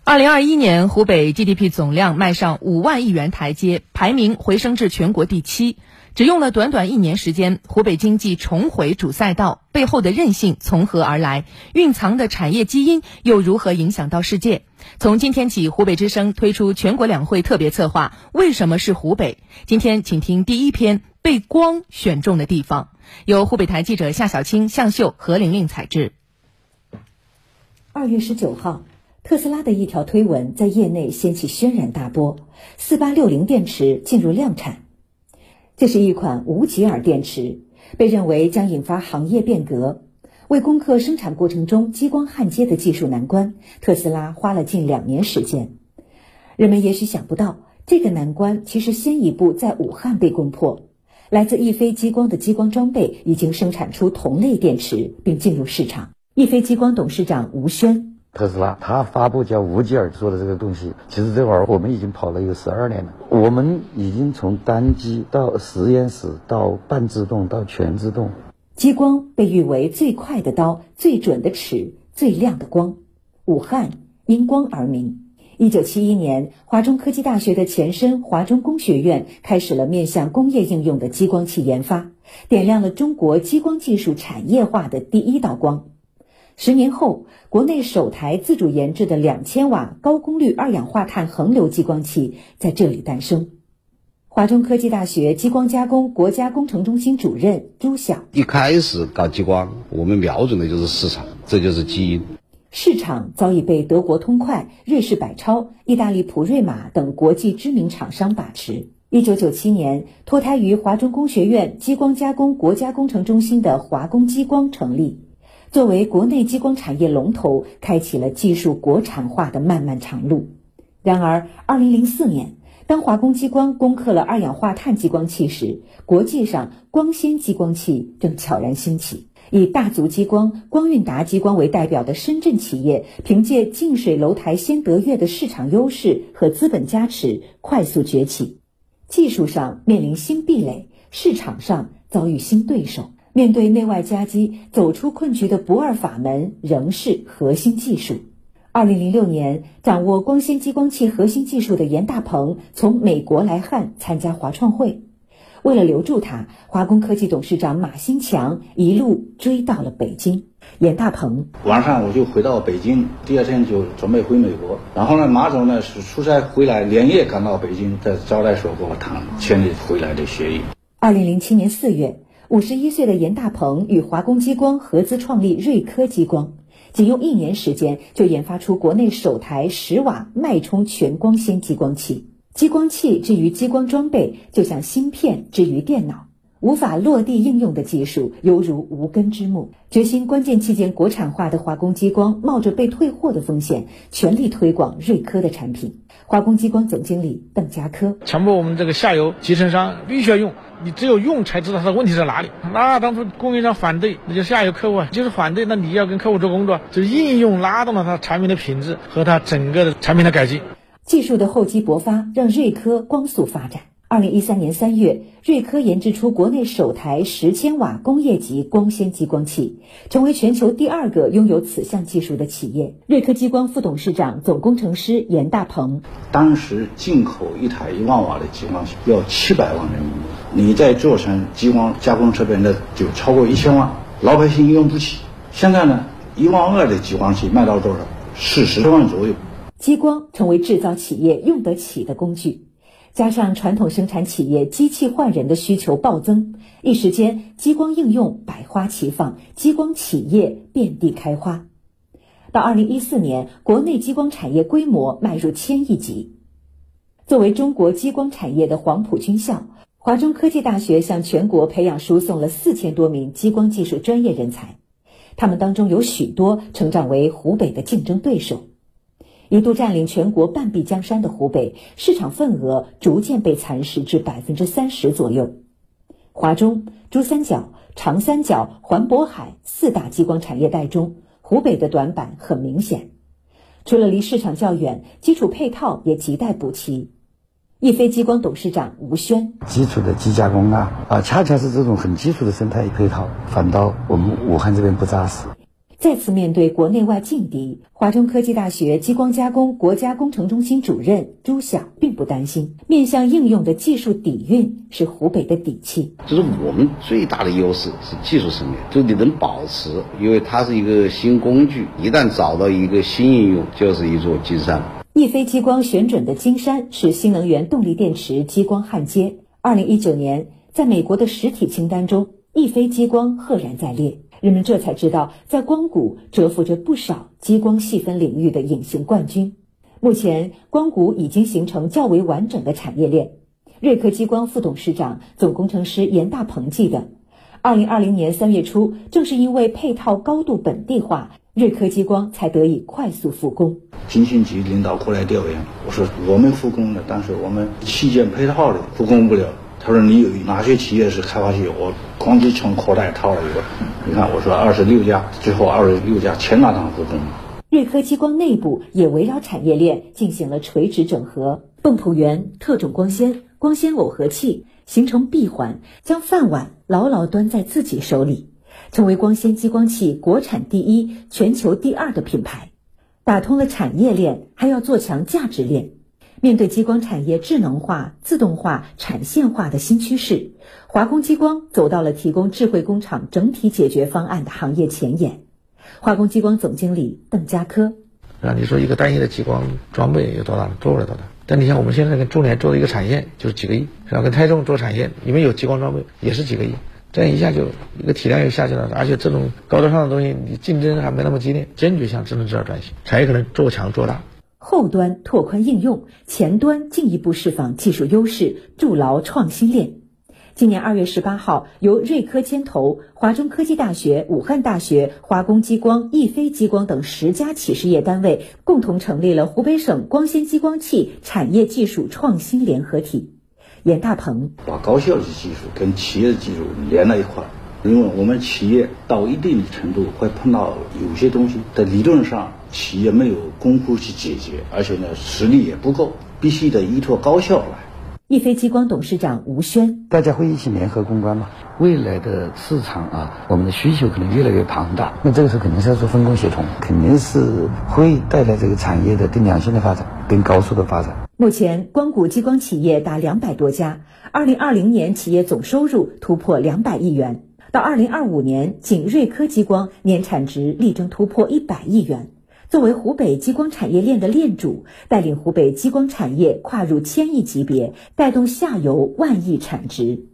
2021年，湖北 GDP 总量迈上5万亿元台阶，排名回升至全国第7。只用了短短1年时间，湖北经济重回主赛道，背后的韧性从何而来？蕴藏的产业基因又如何影响到世界？从今天起，湖北之声推出全国两会特别策划，为什么是湖北？今天请听第一篇被光选中的地方，由湖北台记者夏小青、向秀、何玲玲采制。 2月19号，特斯拉的一条推文在业内掀起轩然大波，4860电池进入量产。这是一款无极耳电池，被认为将引发行业变革。为攻克生产过程中激光焊接的技术难关，特斯拉花了近2年时间。人们也许想不到，这个难关其实先一步在武汉被攻破。来自易飞激光的激光装备已经生产出同类电池，并进入市场。易飞激光董事长吴轩： 特斯拉它发布叫无极耳做的这个东西，其实这玩意儿我们已经跑了有12年了。我们已经从单机到实验室到半自动到全自动。 激光被誉为最快的刀、最准的尺、最亮的光。武汉因光而名。1971年，华中科技大学的前身华中工学院开始了面向工业应用的激光器研发，点亮了中国激光技术产业化的第一道光。10年后，国内首台自主研制的2000瓦高功率二氧化碳横流激光器在这里诞生。华中科技大学激光加工国家工程中心主任朱晓： 一开始搞激光，我们瞄准的就是市场，这就是基因。 市场早已被德国通快、瑞士百超、意大利普瑞玛等国际知名厂商把持。1997年，脱胎于华中工学院激光加工国家工程中心的华工激光成立，作为国内激光产业龙头，开启了技术国产化的漫漫长路。然而2004年，当华工激光攻克了二氧化碳激光器时，国际上光纤激光器正悄然兴起。以大族激光、光韵达激光为代表的深圳企业，凭借近水楼台先得月的市场优势和资本加持，快速崛起。技术上面临新壁垒，市场上遭遇新对手。面对内外夹击，走出困局的不二法门仍是核心技术。2006年，掌握光纤激光器核心技术的严大鹏从美国来汉参加华创会。为了留住他，华工科技董事长马新强一路追到了北京。严大鹏： 晚上我就回到北京，第二天就准备回美国。然后呢，马总呢是出差回来，连夜赶到北京，在招待所跟我谈签订回来的协议。 2007年4月，51岁的严大鹏与华工激光合资创立瑞科激光，仅用1年时间就研发出国内首台10瓦脉冲全光纤激光器。激光器至于激光装备，就像芯片至于电脑，无法落地应用的技术犹如无根之木。决心关键器件国产化的华工激光冒着被退货的风险，全力推广瑞科的产品。华工激光总经理邓家科： 强迫我们这个下游集成商必须要用，你只有用才知道它的问题在哪里。那当初供应商反对，那就下游客户就是反对，那你要跟客户做工作，就是应用拉动了它产品的品质和它整个的产品的改进。 技术的厚积薄发让瑞科光速发展。2013年3月，瑞科研制出国内首台10千瓦工业级光纤激光器，成为全球第2个拥有此项技术的企业。瑞科激光副董事长、总工程师严大鹏： 当时进口一台1万瓦的激光器要700万人民币，你再做成激光加工设备，那就超过1000万，老百姓用不起。现在呢，1万2的激光器卖到多少？40万左右。 激光成为制造企业用得起的工具，加上传统生产企业机器换人的需求暴增，一时间激光应用百花齐放，激光企业遍地开花。到2014年，国内激光产业规模迈入1000亿级。作为中国激光产业的黄埔军校，华中科技大学向全国培养输送了4000多名激光技术专业人才，他们当中有许多成长为湖北的竞争对手。一度占领全国半壁江山的湖北，市场份额逐渐被蚕食至30%左右。华中、珠三角、长三角、环渤海4大激光产业带中，湖北的短板很明显。除了离市场较远，基础配套也亟待补齐。易飞激光董事长吴轩： 基础的机加工恰恰是这种很基础的生态配套，反倒我们武汉这边不扎实。 再次面对国内外劲敌，华中科技大学激光加工国家工程中心主任朱晓并不担心。面向应用的技术底蕴是湖北的底气。 就是我们最大的优势是技术层面，就你能保持，因为它是一个新工具，一旦找到一个新应用，就是一座金山。 易飞激光选准的金山是新能源动力电池激光焊接。2019年，在美国的实体清单中，易飞激光赫然在列。人们这才知道，在光谷蛰伏着不少激光细分领域的隐形冠军。目前，光谷已经形成较为完整的产业链。瑞科激光副董事长、总工程师严大鹏记得，2020年3月初，正是因为配套高度本地化，瑞科激光才得以快速复工。 经信局领导过来调研，我说我们复工了，但是我们器件配套的复工不了。他说你有哪些企业是开发企业？我咣叽从口袋掏了一个，你看我说26家，最后26家全拿上复工。 瑞科激光内部也围绕产业链进行了垂直整合，泵浦源、特种光纤、光纤耦合器形成闭环，将饭碗牢牢端在自己手里，成为光纤激光器国产第一、全球第二的品牌。打通了产业链，还要做强价值链。面对激光产业智能化、自动化、产线化的新趋势，华工激光走到了提供智慧工厂整体解决方案的行业前沿。华工激光总经理邓家科： 你说一个单一的激光装备有多大？做不了多大。但你像我们现在跟重点做的一个产线就是几个亿，然后跟台中做产线，你们有激光装备也是几个亿，这样一下就一个体量又下去了，而且这种高大上的东西，你竞争还没那么激烈，坚决向智能制造转型，产业可能做强做大。 后端拓宽应用，前端进一步释放技术优势，筑牢创新链。今年2月18号，由瑞科牵头，华中科技大学、武汉大学、华工激光、易飞激光等10家企事业单位共同成立了湖北省光纤激光器产业技术创新联合体。严大鹏： 把高校的技术跟企业的技术连在一块儿。因为我们企业到一定程度会碰到有些东西在理论上企业没有功夫去解决，而且呢实力也不够，必须得依托高校来。 易飞激光董事长吴轩： 大家会一起联合攻关嘛？未来的市场我们的需求可能越来越庞大，那这个时候肯定是要做分工协同，肯定是会带来这个产业的更良性的发展，更高速的发展。 目前光谷激光企业达200多家，2020年企业总收入突破200亿元。到2025年，仅瑞科激光年产值力争突破100亿元。作为湖北激光产业链的链主，带领湖北激光产业跨入1000亿级别，带动下游万亿产值。